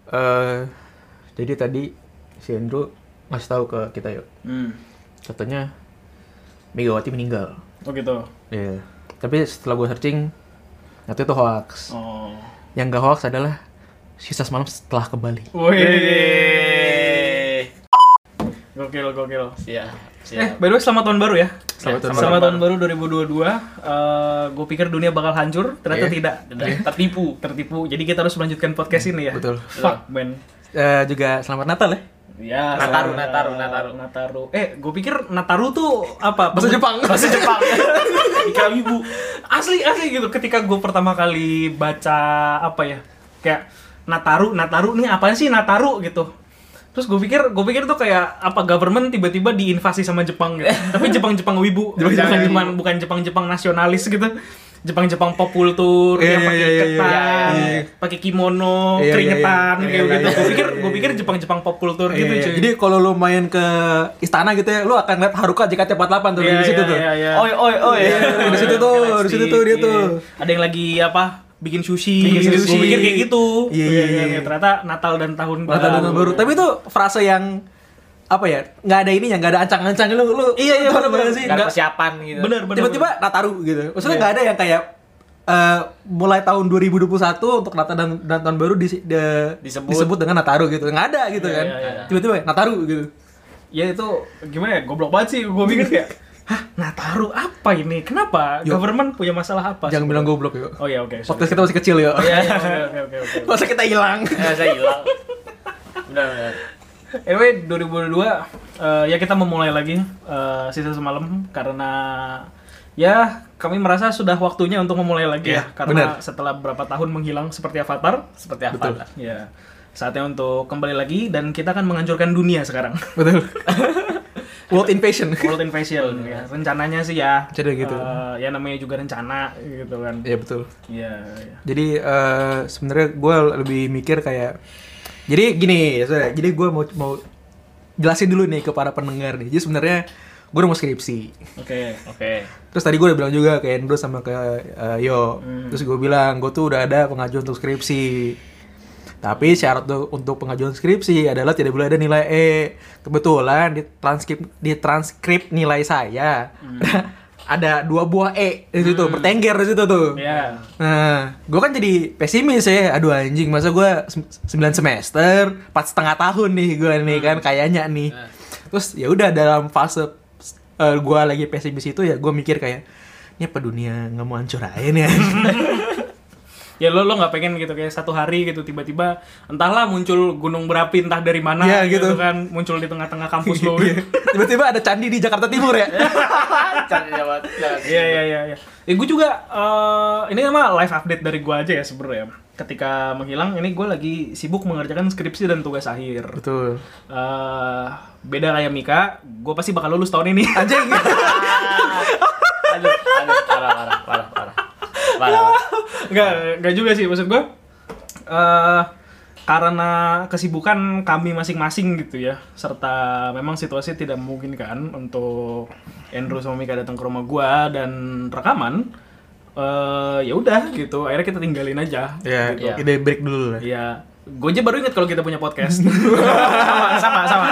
eh jadi tadi si Andrew ngasih tahu ke kita yuk. Katanya Megawati meninggal. Oh gitu. Iya. Tapi setelah gue searching, ternyata itu hoax. Oh. Yang gak hoax adalah Sisa Semalam Setelah Kembali. Wih. Gokil. Siap. By the way, selamat tahun baru ya. Selamat Tahun baru 2022. Gue pikir dunia bakal hancur, ternyata tidak. Tertipu. Jadi kita harus melanjutkan podcast ini ya. Betul. Fuck, man. Juga selamat Natal ya. Ya, Nataru. Gue pikir Nataru tuh apa? Bahasa Jepang. Dikira wibu. Asli gitu. Ketika gue pertama kali baca apa ya? Kayak Nataru nih apaan sih Nataru gitu. Terus gue pikir tuh kayak apa government tiba-tiba diinvasi sama Jepang gitu. Tapi Jepang wibu. Bukan Jepang nasionalis gitu. Jepang pop culture yang pakai ketan, pakai kimono, keringetan kayak gitu. Gue pikir Jepang pop culture gitu cuy. Jadi kalau lu main ke istana gitu ya, lu akan lihat Haruka JKT48 tuh di situ tuh. Oi. Di situ tuh dia tuh. Ada yang lagi apa? Bikin sushi. Gue pikir kayak gitu. Iya. Ternyata Natal dan tahun baru. Tapi itu frase yang apa ya? Nggak ada ininya, nggak ada ancang-ancang lu. Iya, bener sih. Nggak ada persiapan gitu. Bener. Tiba-tiba Nataru gitu. Maksudnya nggak ada yang kayak mulai tahun 2021 untuk Natal dan tahun baru disebut dengan Nataru gitu. Nggak ada gitu kan. Tiba-tiba Nataru gitu. Ya itu gimana ya? Goblok banget sih. Gue pikir kayak Nataru apa ini? Kenapa? Government punya masalah apa? Jangan bilang goblok yuk. Oh iya, oke. Podcast kita masih kecil yuk. Oke. Masa kita hilang. Saya hilang. Benar. Anyway, 2022 ya kita memulai lagi Sisa Semalam karena ya kami merasa sudah waktunya untuk memulai lagi ya karena setelah berapa tahun menghilang seperti Avatar. Betul. Ya. Saatnya untuk kembali lagi dan kita akan menghancurkan dunia sekarang. Betul. World Invasion ya. Rencananya sih ya. Jadi gitu. Ya namanya juga rencana gitu kan. Iya betul. Iya. Jadi sebenarnya gue lebih mikir kayak jadi gini, jadi gue mau jelasin dulu nih ke para pendengar nih. Jadi sebenarnya gue udah mau skripsi. Oke. Terus tadi gue udah bilang juga ke Endro sama ke Yo. Terus gue bilang gue tuh udah ada pengajuan untuk skripsi. Tapi syarat untuk pengajuan skripsi adalah tidak boleh ada nilai E. Kebetulan di transkrip nilai saya ada 2 buah E di situ, bertengger di situ tuh. Iya. Nah, gue kan jadi pesimis ya. Aduh anjing, masa gue 9 semester, 4,5 tahun nih gue nih kan kayaknya nih. Terus ya udah dalam fase gue lagi pesimis itu ya gue mikir kayak ini apa dunia nggak mau hancur aja nih. Ya lo nggak pengen gitu kayak satu hari gitu tiba-tiba entahlah muncul gunung berapi entah dari mana ya, gitu kan muncul di tengah-tengah kampus lo. Tiba-tiba ada candi di Jakarta Timur ya. Iya. Gue juga ini mah live update dari gue aja ya sebenarnya. Ketika menghilang ini gue lagi sibuk mengerjakan skripsi dan tugas akhir. Betul. Beda kayak Mika, gue pasti bakal lulus tahun ini. Anjing. Aduh, parah. Enggak juga sih, maksud gue karena kesibukan kami masing-masing gitu ya, serta memang situasi tidak memungkinkan untuk Andrew sama Mika datang ke rumah gue dan rekaman, ya udah gitu, akhirnya kita tinggalin aja. Ya, gitu. Ide break dulu lah. Iya, gue aja baru inget kalau kita punya podcast. sama.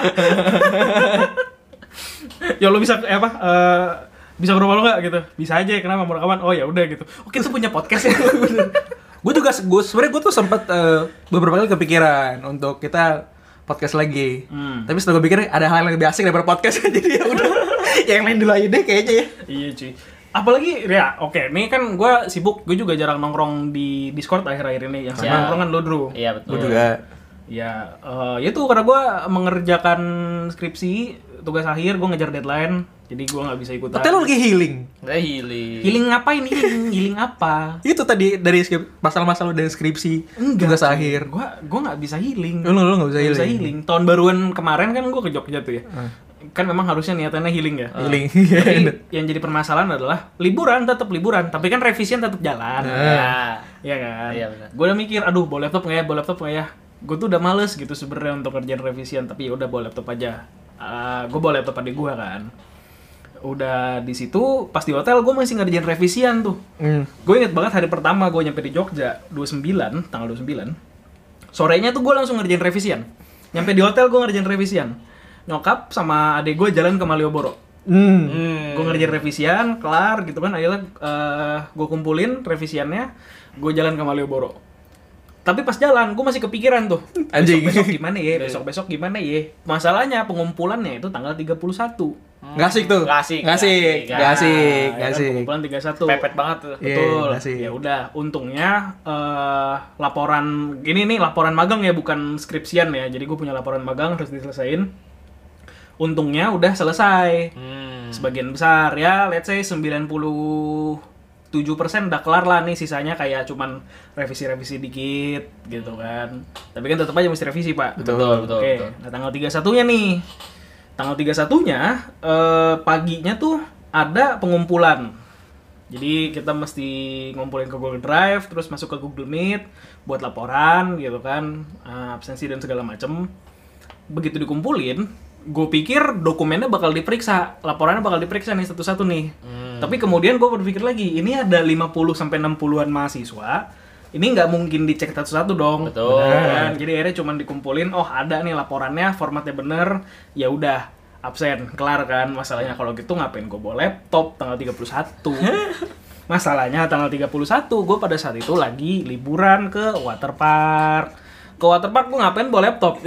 Ya lo bisa bisa ke rumah lo nggak gitu? Bisa aja, kenapa mau rekaman? Oh ya udah gitu. Oke, kita punya podcast ya. Sebenarnya gue tuh sempat beberapa kali kepikiran untuk kita podcast lagi. Tapi setelah gue pikir ada hal yang lebih asik daripada podcast, jadi ya udah. Yang lain dulu aja deh kayaknya ya. Iya cuy. Apalagi ya, oke, ini kan gue sibuk, gue juga jarang nongkrong di Discord akhir-akhir ini. Yang nongkrong kan lo, Drew. Iya betul. Gue juga. Ya, itu karena gue mengerjakan skripsi, tugas akhir, gue ngejar deadline. Jadi gue nggak bisa ikutan. Tapi lo lagi healing. Healing ngapain? Healing apa? Itu tadi dari masalah-masalah dari skripsi, tugas akhir. Gue nggak bisa healing. Lo nggak bisa healing. Tahun baruan kemarin kan gue ke Jogja tuh ya. Kan memang harusnya niatannya healing ya. Healing. Tapi yang jadi permasalahan adalah tetap liburan. Tapi kan revisian tetap jalan. Iya kan. Iya benar. Gue udah mikir, aduh bawa laptop nggak ya? Gue tuh udah males gitu sebenarnya untuk kerjaan revisian. Tapi ya udah bawa laptop aja. Gue bawa laptop adik gue kan. Udah di situ pas di hotel gue masih ngerjain revisian tuh. Gue inget banget hari pertama gue nyampe di Jogja tanggal 29. Sorenya tuh gue langsung ngerjain revisian. Nyampe di hotel gue ngerjain revisian. Nyokap sama adek gue jalan ke Malioboro. Gue ngerjain revisian, kelar gitu kan. Akhirnya gue kumpulin revisiannya, gue jalan ke Malioboro. Tapi pas jalan, gue masih kepikiran tuh. Anjing. Besok gimana ya? Besok gimana ya? Masalahnya pengumpulannya itu tanggal 31. Nggak asik tuh. Nggak asik. Nggak asik. Nggak asik. Ya Nggak kan, asik. pengumpulan 31. Pepet banget tuh. Iya, Betul. nggak asik. Ya udah, untungnya laporan gini nih, laporan magang ya, bukan skripsian ya. Jadi gue punya laporan magang harus diselesain. Untungnya udah selesai. Sebagian besar ya, let's say 97% udah kelar lah nih, sisanya kayak cuman revisi-revisi dikit gitu kan. Tapi kan tetap aja mesti revisi, Pak. Betul. Oke, nah tanggal 31-nya nih. Tanggal 31-nya paginya tuh ada pengumpulan. Jadi kita mesti ngumpulin ke Google Drive, terus masuk ke Google Meet buat laporan gitu kan, absensi dan segala macem. Begitu dikumpulin, gue pikir dokumennya bakal diperiksa, laporannya bakal diperiksa nih satu-satu nih. Tapi kemudian gue berpikir lagi, ini ada 50-60an mahasiswa, ini nggak mungkin dicek satu-satu dong. Betul. Kan? Jadi akhirnya cuma dikumpulin, oh ada nih laporannya, formatnya bener, ya udah absen, kelar kan. Masalahnya kalau gitu ngapain gue bawa laptop tanggal 31. Masalahnya tanggal 31 gue pada saat itu lagi liburan ke waterpark. Ke waterpark gue ngapain bawa laptop?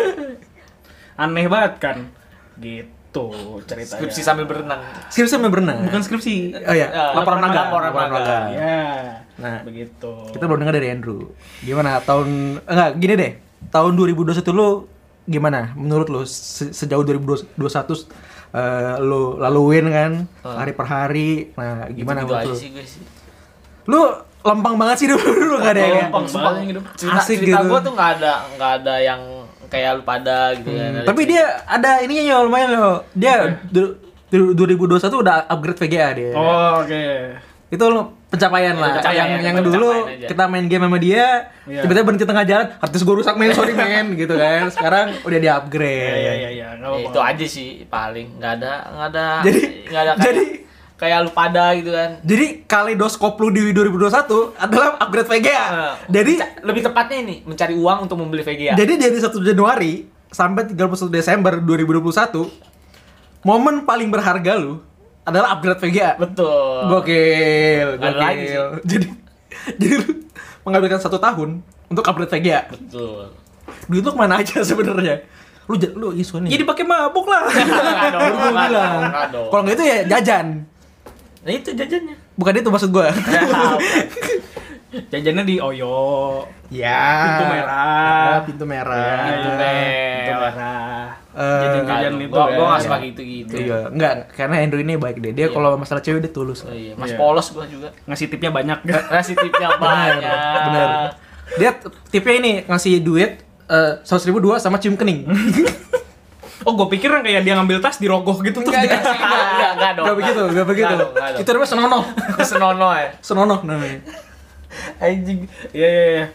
Aneh banget kan? Gitu ceritanya. Skripsi sambil berenang. Skripsi sampai berenang. Bukan skripsi. Oh iya, laporan magang. Laporan magang. Ya. Nah, Begitu. kita belum dengar dari Andrew. Gimana enggak gini deh. Tahun 2021 lu gimana menurut lu sejauh 2021 lu laluin kan hari per hari. Nah, gimana Gitu menurut aja lu? sih gue sih. Lu lempeng banget sih dulu enggak ada yang Lempeng banget yang hidup. asik Cerita gitu. gue tuh nggak ada yang kayak lu pada gitu kan. Tapi dia ada ininya ya lumayan loh. Dia 2021 udah upgrade VGA dia. Oh, oke. Itu lo pencapaian lah. Pencapaian, yang pencapaian dulu aja. kita main game sama dia, Iya. tiba-tiba berhenti tengah jalan, artis gue rusak main, sorry men, gitu kan. Sekarang udah di upgrade. Iya, enggak apa-apa. Itu aja sih paling nggak ada Jadi- kayak lu pada gitu kan. Jadi kaleidoskop lu di 2021 adalah upgrade VGA. Jadi Lebih tepatnya ini mencari uang untuk membeli VGA. jadi dari 1 Januari sampai 31 Desember 2021, momen paling berharga lu adalah upgrade VGA. Betul. Gokil, Ada lagi gokil. Jadi lu menghabiskan 1 tahun untuk upgrade VGA. Betul. Duit lu kemana aja sebenarnya? Lu isu nih. Jadi pakai mabuk lah. Nggak dong, Baru gue nggak bilang. dong, nggak dong. Kalau nggak itu ya jajan. Nah itu jajannya. Bukan itu maksud gua. Jajannya di Oyo. Ya. Pintu merah. Pintu merah. Ya, Pintu Pintu merah. merah. Eh, Jajan-jajan Nggak itu dong. ya. Gua nggak suka gitu-gitu. Iya, enggak, karena Andrew ini baik deh. Dia Iya. kalau masalah cewek dia tulus. Oh iya, Mas Iya. polos gua juga. Ngasih tipnya banyak. Ngasih tipnya banyak. Bener. Dia tipnya ini ngasih duit 100.000 dua sama cium kening. Oh, gue pikir yang kayak dia ngambil tas dirogoh gitu tuh. Enggak dong. Enggak begitu, enggak begitu. Nggak dong, nggak dong. Itu namanya senonoh. Senono ya. Senonoh namanya. Anjing. Iya.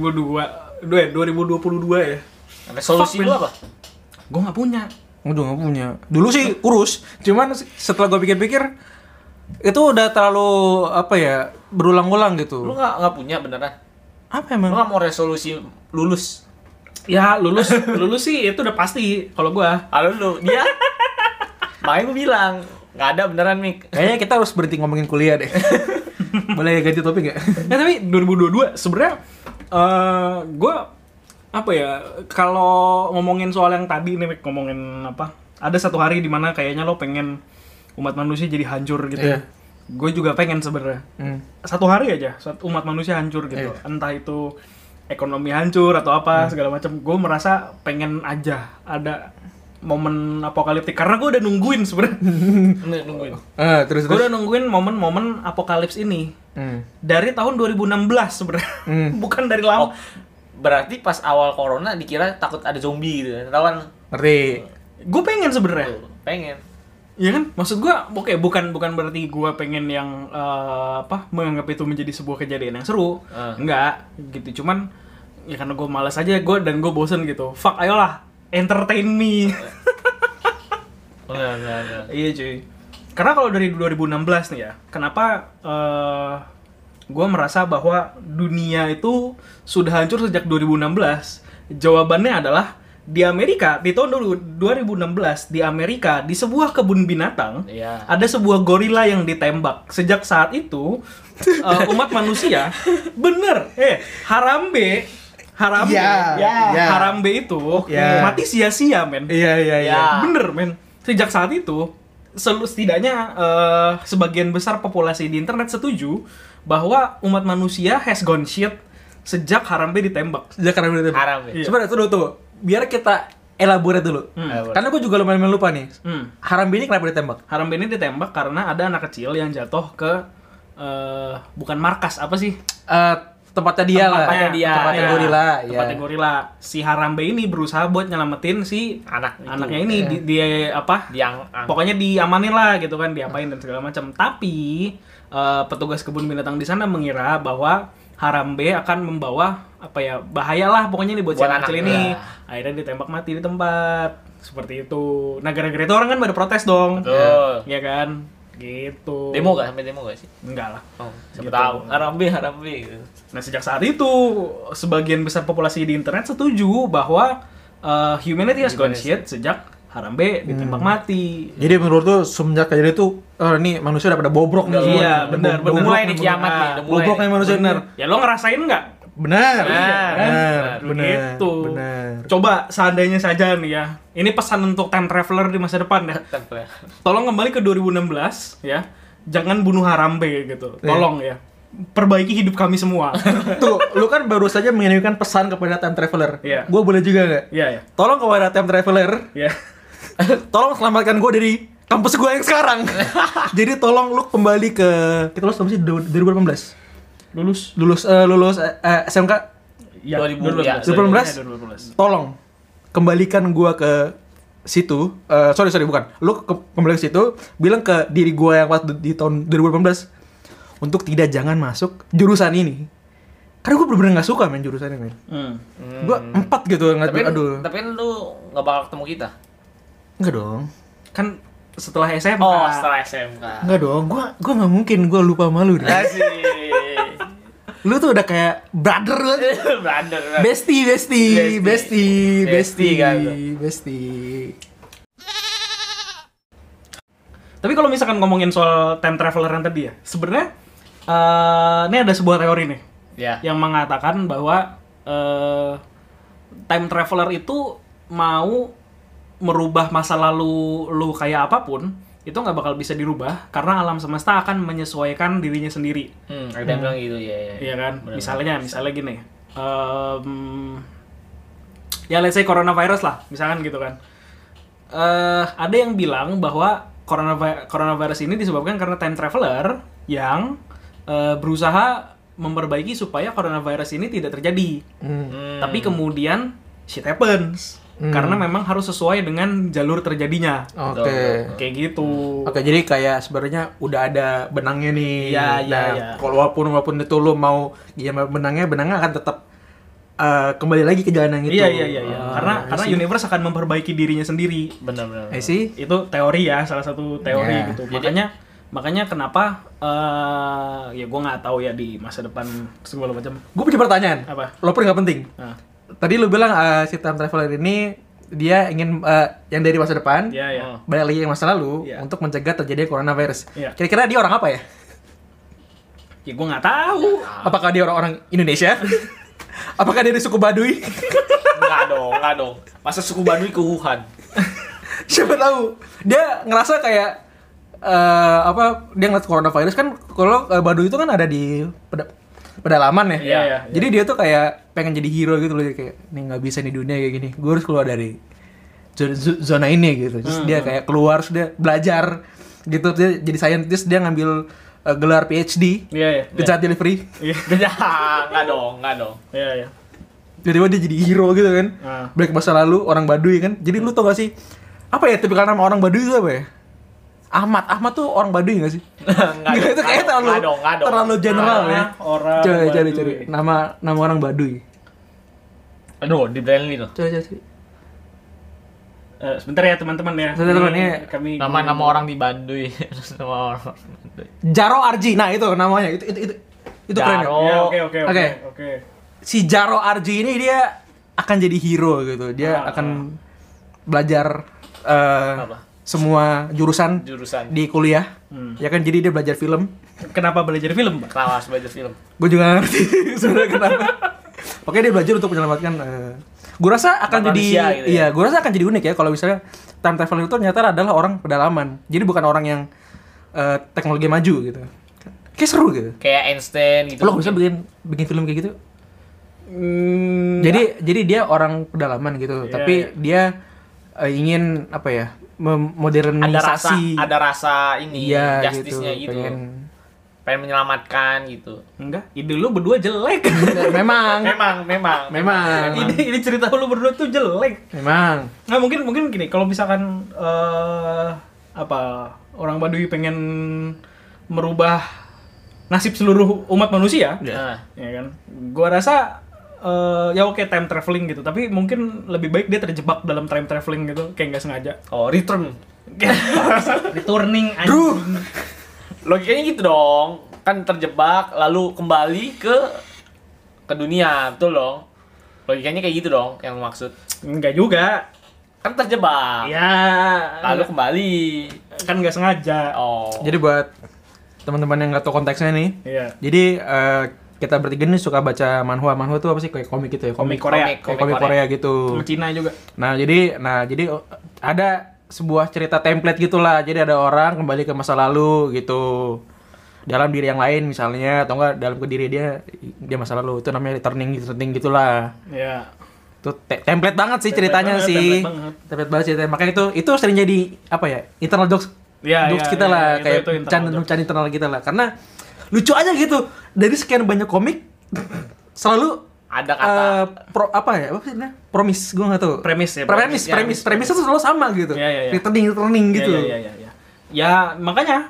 2022 ya. Resolusi Fuck, lu man. apa? Gue nggak punya. Udah nggak punya. Dulu sih kurus, cuman setelah gue pikir-pikir itu udah terlalu apa ya, berulang-ulang gitu. Lu nggak punya beneran? Apa Lu emang? nggak mau resolusi lulus? Ya lulus sih itu udah pasti kalau gue. Halo lu, dia? Makanya gue bilang nggak ada beneran Mik. Kayaknya kita harus berhenti ngomongin kuliah deh. Boleh ganti topik nggak? Ya tapi 2022 sebenarnya gue apa ya, kalau ngomongin soal yang tadi nih, Mik, ngomongin apa, ada satu hari dimana kayaknya lo pengen umat manusia jadi hancur gitu. Iya. Gue juga pengen sebenarnya. Satu hari aja umat manusia hancur gitu. Iya. Entah itu ekonomi hancur atau apa segala macam. Gue merasa pengen aja ada momen apokaliptik karena gue udah nungguin sebenarnya. Nungguin. Terus Gue udah nungguin momen-momen apokalips ini dari tahun 2016 sebenarnya. Bukan dari lama. Oh, berarti pas awal corona dikira takut ada zombie gitu kan? Tahu kan? Ngerti. Gue pengen sebenarnya. Tuh, pengen. Iya kan? Maksud gue, oke, bukan berarti gue pengen yang menganggap itu menjadi sebuah kejadian yang seru. Enggak, gitu. Cuman ya karena gue malas aja dan gue bosen gitu. Fuck, ayolah, entertain me. Enggak. Iya cuy. Karena kalau dari 2016 nih ya, kenapa gue merasa bahwa dunia itu sudah hancur sejak 2016. Jawabannya adalah di Amerika, di tahun 2016 di Amerika, di sebuah kebun binatang, Iya. ada sebuah gorila yang ditembak. Sejak saat itu umat manusia Harambe Ya. Harambe itu Ya. mati sia-sia, men. Iya. Ya. Bener, men. Sejak saat itu, setidaknya sebagian besar populasi di internet setuju bahwa umat manusia has gone shit sejak Harambe ditembak. Sejak karena itu. Haram. Iya. Sebenarnya tunggu. Biar kita elaborate dulu. Karena gue juga lumayan lupa nih. Harambe ini kenapa ditembak? Harambe ini ditembak karena ada anak kecil yang jatuh ke bukan markas, apa sih? Tempatnya dia lah. Tempatnya gorila. Tempatnya gorila. Si Harambe ini berusaha buat nyelamatin si anaknya ini. Dia apa? Pokoknya diamanin lah gitu kan, diapain dan segala macam. Tapi petugas kebun binatang di sana mengira bahwa Harambe akan membawa bahaya lah pokoknya nih buat si anak kecil ini. Akhirnya ditembak mati di tempat. Seperti itu. Nah, gara-gara itu orang kan pada protes dong. Betul. Iya kan? Gitu. Demo gak? Sampai demo gak sih? Enggak lah. Oh, siapa Gitu. tahu. Harambe gitu. Nah, sejak saat itu sebagian besar populasi di internet setuju bahwa humanity has gone shit sejak Harambe ditembak mati. Jadi menurut tuh semenjak kejadian itu ini manusia udah pada bobrok nih. Iya, benar. Udah mulai nih kiamat nih. Udah mulai. Bobrok nih manusia benar. Ya lo ngerasain nggak? Benar. Benar. Begitu. Benar. Coba seandainya saja nih ya. Ini pesan untuk time traveler di masa depan ya. Tolong kembali ke 2016 ya. Jangan bunuh Harambe gitu. Tolong ya. Perbaiki hidup kami semua. Tuh, lu kan baru saja mengirimkan pesan kepada time traveler. Iya. Gua boleh juga nggak? Iya ya. Tolong kepada time traveler, Ya. tolong selamatkan gue dari kampus gue yang sekarang. Jadi tolong lu kembali ke kita lulus tahun sih 2018. Lulus. Lulus SMK. Ya, 2012. 2018? Tolong kembalikan gua ke situ. Sorry bukan. Lu kembali ke situ, bilang ke diri gua yang waktu di tahun 2018 untuk jangan masuk jurusan ini. Karena gua bener-bener nggak suka main jurusan ini. Gua 4 gitu ngeliat, aduh. Tapi kan lu gak bakal ketemu kita. Enggak dong. Kan setelah SMA. Oh, setelah SMK. Enggak dong. Gua nggak mungkin gua lupa malu deh. Asik. Lu tuh udah kayak brother lu. Brother. Bestie kan. Bestie. Tapi kalau misalkan ngomongin soal time traveler yang tadi ya, sebenarnya ini ada sebuah teori nih Ya. yang mengatakan bahwa time traveler itu mau merubah masa lalu lu kayak apapun, itu nggak bakal bisa dirubah karena alam semesta akan menyesuaikan dirinya sendiri. Ada yang bilang gitu ya. Iya kan? Bener. Misalnya gini. Ya let's say coronavirus lah, misalkan gitu kan. Ada yang bilang bahwa coronavirus ini disebabkan karena time traveler yang berusaha memperbaiki supaya coronavirus ini tidak terjadi. Tapi kemudian shit happens. Karena memang harus sesuai dengan jalur terjadinya. Oke. Kayak gitu. Oke, jadi kayak sebenarnya udah ada benangnya nih. Iya. Kalau walaupun itu lu mau gimana benangnya akan tetap kembali lagi ke jalan yang itu. Iya. Karena universe akan memperbaiki dirinya sendiri. Benar. I see. Itu teori ya, salah satu teori Yeah. gitu. Makanya kenapa ya gue nggak tahu ya di masa depan segala macam. Gue punya pertanyaan. Apa? Walaupun nggak penting. Nah, Tadi lu bilang si time traveler ini dia ingin yang dari masa depan ya. balik lagi ke masa lalu Iya. untuk mencegah terjadinya coronavirus. Iya. Kira-kira dia orang apa ya? Ya gue nggak tahu. Apakah dia orang Indonesia? Apakah dia dari suku Baduy? Enggak dong. Masa suku Baduy ke Wuhan? Siapa tahu. Dia ngerasa kayak dia ngeliat coronavirus kan kalau Baduy itu kan ada di pedalaman ya. Iya. Jadi dia tuh kayak pengen jadi hero gitu loh, kayak nih nggak bisa nih dunia kayak gini. Gue harus keluar dari zona ini gitu. Terus dia kayak keluar, terus dia belajar gitu, dia jadi scientist, dia ngambil gelar PhD Iya. di saat delivery. Iya. Enggak dong. Iya. Tiba-tiba dia jadi hero gitu kan. Balik ke masa lalu, orang Baduy kan. Jadi lu tau gak sih apa ya tipikal nama orang Baduy itu apa ya? Ahmad tuh orang Baduy gak sih? Itu kayaknya terlalu general ya. Orang Cari nama orang Baduy. Aduh, di Brandly tuh. Cari. Sebentar ya teman-teman ya. Teman-teman, Ini ya. kami Nama orang di Baduy. Terus nama orang Baduy. Jaro Arji. Nah, itu namanya. Itu Itu keren. Jaro. Ya, oke. Oke. Si Jaro RJ ini dia akan jadi hero gitu. Dia akan belajar Apa? semua jurusan Jurusan. di kuliah. Ya kan, jadi dia belajar film. Kenapa belajar film, Pak? Kelas belajar film. Gue juga nggak ngerti sebenarnya kenapa. Pokoknya dia belajar untuk menyelamatkan. Gue rasa akan Manusia jadi, gitu ya? iya, gue rasa akan jadi unik ya kalau misalnya time traveler itu ternyata adalah orang pedalaman. Jadi bukan orang yang teknologi maju gitu. Kayak seru gitu. Kayak Einstein gitu. Lo bisa bikin film kayak gitu? Jadi dia orang pedalaman gitu, Iya, tapi dia ingin apa ya? Modernisasi. Ada rasa ini Iya, justice-nya gitu. Pengen menyelamatkan gitu. Enggak, ide lu berdua jelek. memang Ini cerita lu berdua tuh jelek. memang Nah, mungkin gini, kalau misalkan orang Baduy pengen merubah nasib seluruh umat manusia, Nah, ya kan? Gua rasa ya oke, time traveling gitu, tapi mungkin lebih baik dia terjebak dalam time traveling gitu, kayak nggak sengaja. return. Returning Duh. anjing. Logikanya gitu dong. Kan terjebak lalu kembali ke dunia, betul dong. Logikanya kayak gitu dong yang maksud. Enggak juga. Kan terjebak. Ya, Lalu kembali. kan nggak sengaja. Oh. Jadi buat teman-teman yang nggak tahu konteksnya nih, Iya. jadi kita bertiga nih suka baca manhwa itu apa sih, kayak komik gitu ya, Komik Korea. kayak komik Korea gitu. Sama Cina juga. Nah jadi ada sebuah cerita template gitulah. Jadi ada orang kembali ke masa lalu gitu, dalam diri yang lain misalnya, atau enggak dalam ke diri dia masa lalu. Itu namanya returning gitulah. Iya. Itu template banget sih ceritanya banget, sih. template banget. Template banget ceritanya. Makanya itu sering jadi apa ya, internal jokes. Iya, Jokes iya, kita iya, lah, itu kayak internal jokes. canda internal kita lah. Karena lucu aja gitu. Dari sekian banyak komik selalu Ada kata apa ya? Apa sih namanya? Promise, gue nggak tahu. Premis ya, Premis itu selalu sama gitu. Iya. Returning gitu. Iya. Ya, makanya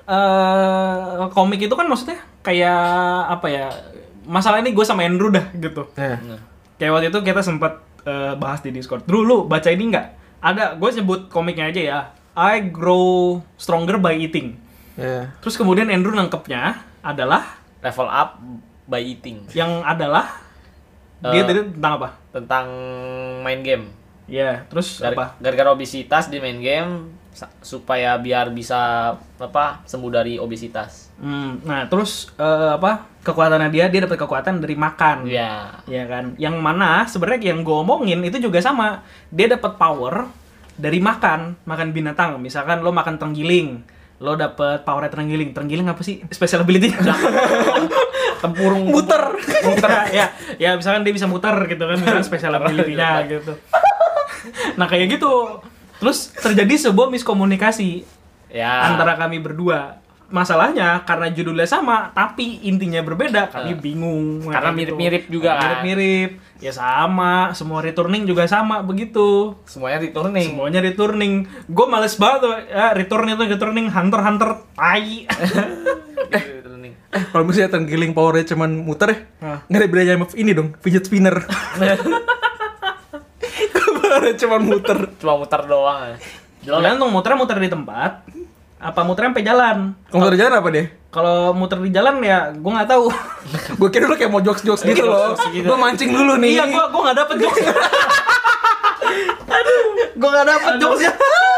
komik itu kan maksudnya kayak apa ya? Masalah ini gue sama Andrew dah gitu. Iya. Kayak waktu itu kita sempat bahas di Discord. Drew, lu baca ini nggak? Ada, gue sebut komiknya aja ya. I grow stronger by eating. Iya. Terus kemudian Andrew nangkepnya adalah level up by eating. yang adalah dia tadi tentang apa? Tentang main game. Iya, terus apa? Gara-gara obesitas dia main game supaya biar bisa sembuh dari obesitas. Nah, terus kekuatannya dia dapat kekuatan dari makan. Iya. Ya kan? Yang mana sebenarnya yang gue omongin itu juga sama. Dia dapat power dari makan binatang. Misalkan lo makan terenggiling, lo dapet power terenggiling. Terenggiling apa sih special ability? Tempurung Muter. ya misalkan dia bisa muter gitu kan, misalkan special ability-nya gitu. Nah, kayak gitu. Terus terjadi sebuah miskomunikasi antara kami berdua. Masalahnya karena judulnya sama tapi intinya berbeda, kami bingung. Karena mirip-mirip juga kan. Mirip-mirip. Ya sama, semua returning juga sama begitu. Semuanya returning. Gue males banget tuh. Ya, returning Hunter tai. Returning. Kalau misalnya terenggiling powernya cuman muter ya, nggak ada bedanya sama ini dong, fidget spinner. Powernya cuman muter. Cuma muter doang. Tergantung muter di tempat. Apa muternya sampai jalan? Kalau muter jalan apa deh? Kalau muter di jalan ya gue nggak tahu. Gue kira lu kayak mau jokes gitu loh. Gue mancing dulu nih. Iya, gue nggak dapet jokes. Aduh, gue nggak dapet jokesnya.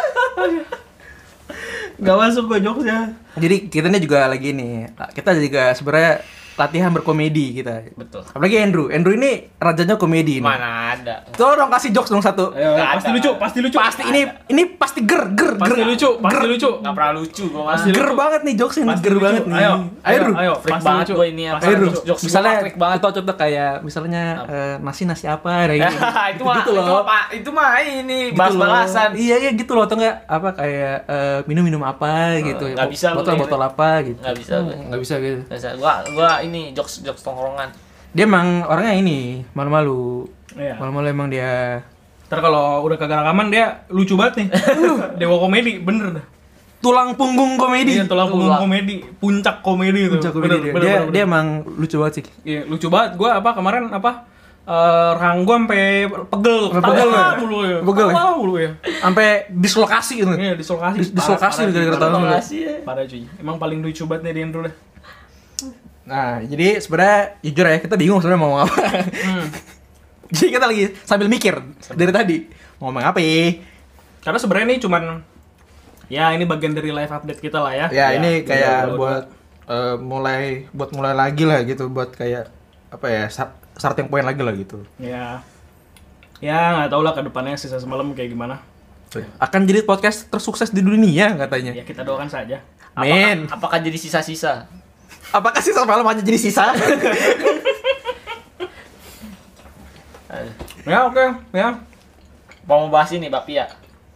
Gak masuk gue jokesnya. Jadi kita ini juga lagi nih. Kita juga sebenarnya latihan berkomedi kita. Betul. Apalagi Andrew ini rajanya komedi nih. Mana ada. Tolong kasih jokes dong satu. Ayo, Nggak pasti ada. lucu. Pasti ini pasti ger. Pasti lucu. Nggak pernah lucu gue mah. Pasti Ger lucu. banget nih jokes ini, Pasti ger lucu. banget nih. Ayo, Freak pasti banget lucu. gue ini apa. Pasti lucu. Jokes Misalnya freak banget. contoh kayak misalnya nasi apa kayak gitu. itu mah gitu loh. itu mah ini Gitu balas-balasan. loh. Iya gitu loh, atau enggak apa kayak minum apa gitu. Nggak bisa lu botol kayak apa gitu. Nggak bisa gue. Nggak bisa gitu. Biasa gua ini jokes tongkrongan. Dia emang orangnya ini malu-malu. Iya. Malu-malu emang dia. Ntar kalau udah kagak rekaman dia lucu banget nih. Dewa komedi, bener dah. Tulang punggung komedi. Iya, tulang punggung komedi, puncak komedi itu. Puncak komedi dia. Dia emang lucu banget sih. Iya, lucu banget. Gua kemarin rahang gua sampai pegel. Pegel ya? Mulu ya. Pegel ya? Tawa mulu ya. Sampai dislokasi gitu. Iya, dislokasi. Dislokasi Parah, gara-gara parah, tahu. parah. Makasih ya. Parah cuy. Emang paling lucu banget nih di Andrew dah. Nah, jadi sebenarnya jujur ya kita bingung sebenarnya mau ngomong apa. Jadi kita lagi sambil mikir dari tadi mau ngomong apa ya? Karena sebenarnya ini cuman ya ini bagian dari live update kita lah ya. Ya, ini kayak iya, buat mulai lagi lah gitu, buat kayak apa ya, starting point lagi lah gitu. Ya. Ya, nggak tahu lah ke depannya sisa semalam kayak gimana. Akan jadi podcast tersukses di dunia katanya. Ya kita doakan saja. Amin. Apakah jadi sisa-sisa? Apakah sisa malam hanya jadi sisa? Ya oke, ya. Mau bahas ini Bapia.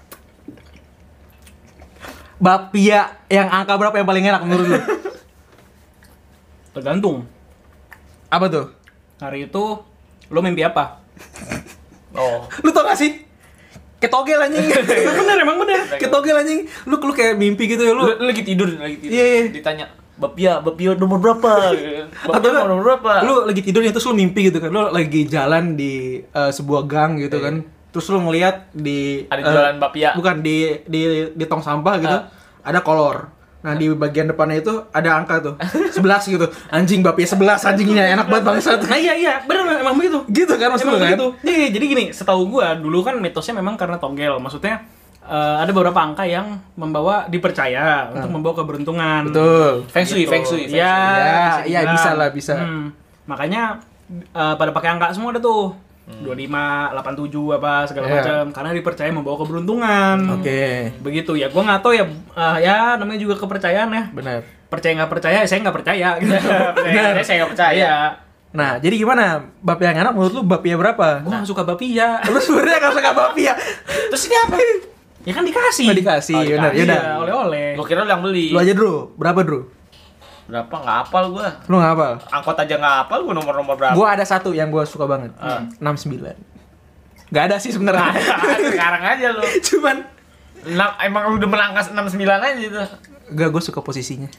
Bapia yang angka berapa yang paling enak menurut lu? Tergantung. Apa tuh? Hari itu lo mimpi apa? Oh. Lu tau gak sih? Ketogel anjing. Emang bener. Ketogel anjing. Lu kayak mimpi gitu ya lu. Lu lagi tidur. Iya. Ditanya, Bapia nomor berapa? Atau Bapia nomor berapa? lu lagi tidur ya, terus lu mimpi gitu kan. Lu lagi jalan di sebuah gang gitu kan. Terus lu ngelihat di Ada jualan bapia. Bukan di tong sampah gitu. Ada kolor. Nah, di bagian depannya itu ada angka tuh. 11 gitu. Anjing bapia 11 anjingnya enak banget bangsat. Nah iya, bener emang begitu. Gitu kan maksud lu Emang kan? begitu. Iya, jadi gini, setahu gua dulu kan mitosnya memang karena tonggel. Maksudnya ada beberapa angka yang dipercaya untuk membawa keberuntungan. Betul. Feng Shui. Ya, bisa lah, bisa. Makanya pada pakai angka semua ada tuh. 25, 87 apa segala macam karena dipercaya membawa keberuntungan. Oke. Begitu ya. Gua nggak tahu ya ya namanya juga kepercayaan ya. Benar. Percaya nggak percaya, saya nggak percaya gitu. Saya nggak percaya. Iya. Nah, jadi gimana? Bapia yang enak menurut lu bapia berapa? Gua nggak suka bapia. Lu sebenarnya gak suka bapia. Terus ini apa? Ya kan dikasih. Nggak dikasih, benar. Iya, Yaudah. oleh-oleh. Gua kira lu yang beli. Lu aja dulu. Berapa dulu? Berapa? Nggak hafal gua. Lu nggak hafal? Angkot aja nggak hafal, gua nomor berapa? Gua ada satu yang gua suka banget. 69. Gak ada sih sebenarnya. Sekarang aja lu. Cuman Emang lu udah melangkah 69 aja gitu. gak, gue suka posisinya.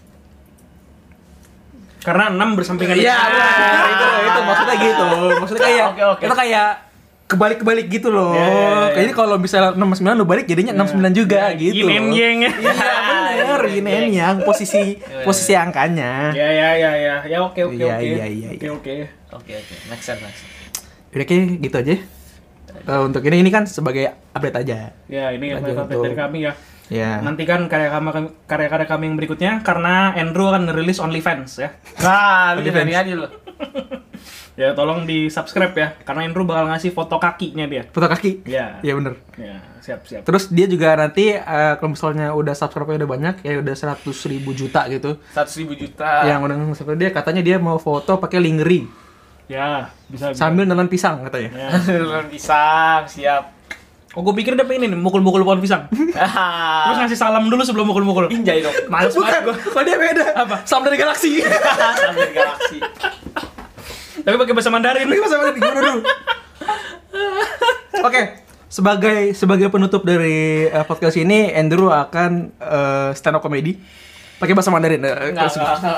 Karena 6 bersampingan. Iya, itu maksudnya gitu. Maksudnya kayak Oke. itu kayak kebalik-kebalik gitu loh. Iya. Jadi kalau misalnya 69 lu balik jadinya 69 juga gitu. Yin and yang. Iya, bener. Yin and yang posisi angkanya. Ya. Ya oke. Iya. Oke. Oke. Make sense. Udah kayak gitu aja. Untuk ini kan sebagai update aja. Ya, ini Lanjut update untuk- dari kami ya. Ya. Nantikan karya-karya kami yang berikutnya karena Andrew akan ngerilis OnlyFans ya. Nah, lu jadi aja lu. Ya tolong di-subscribe ya karena Andrew bakal ngasih foto kakinya dia. Foto kaki. Ya. Iya bener. Ya, siap. Terus dia juga nanti kalau misalnya udah subscribe-nya udah banyak, ya udah 100.000 juta gitu. 100.000 juta. Yang udah subscribe dia katanya dia mau foto pakai lingerie Ya, bisa. sambil nelan pisang katanya. Ya. Lu pisang, siap. Oh, gue pikir dia pengen ini mukul-mukul pohon pisang. Terus ngasih salam dulu sebelum mukul-mukul. Pinjai dong. Males banget gua. Kalau dia beda. Apa? Salam dari galaksi. Sampai galaksi. Tapi pakai bahasa Mandarin. Ini masa mana gimana dulu? Oke, sebagai penutup dari podcast ini, Andrew akan stand up comedy pakai bahasa Mandarin. Enggak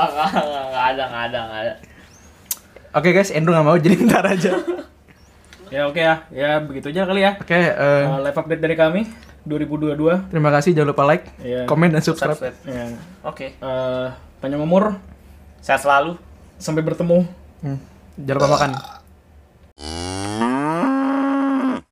ada. Oke guys, Andrew nggak mau jadi ntar aja. Ya oke ya. Ya begitu aja kali ya. Oke, Live update dari kami 2022. terima kasih, jangan lupa like, Iya. komen dan subscribe. Ya. Oke. Panjang umur, Sehat selalu. sampai bertemu. Jangan lupa makan.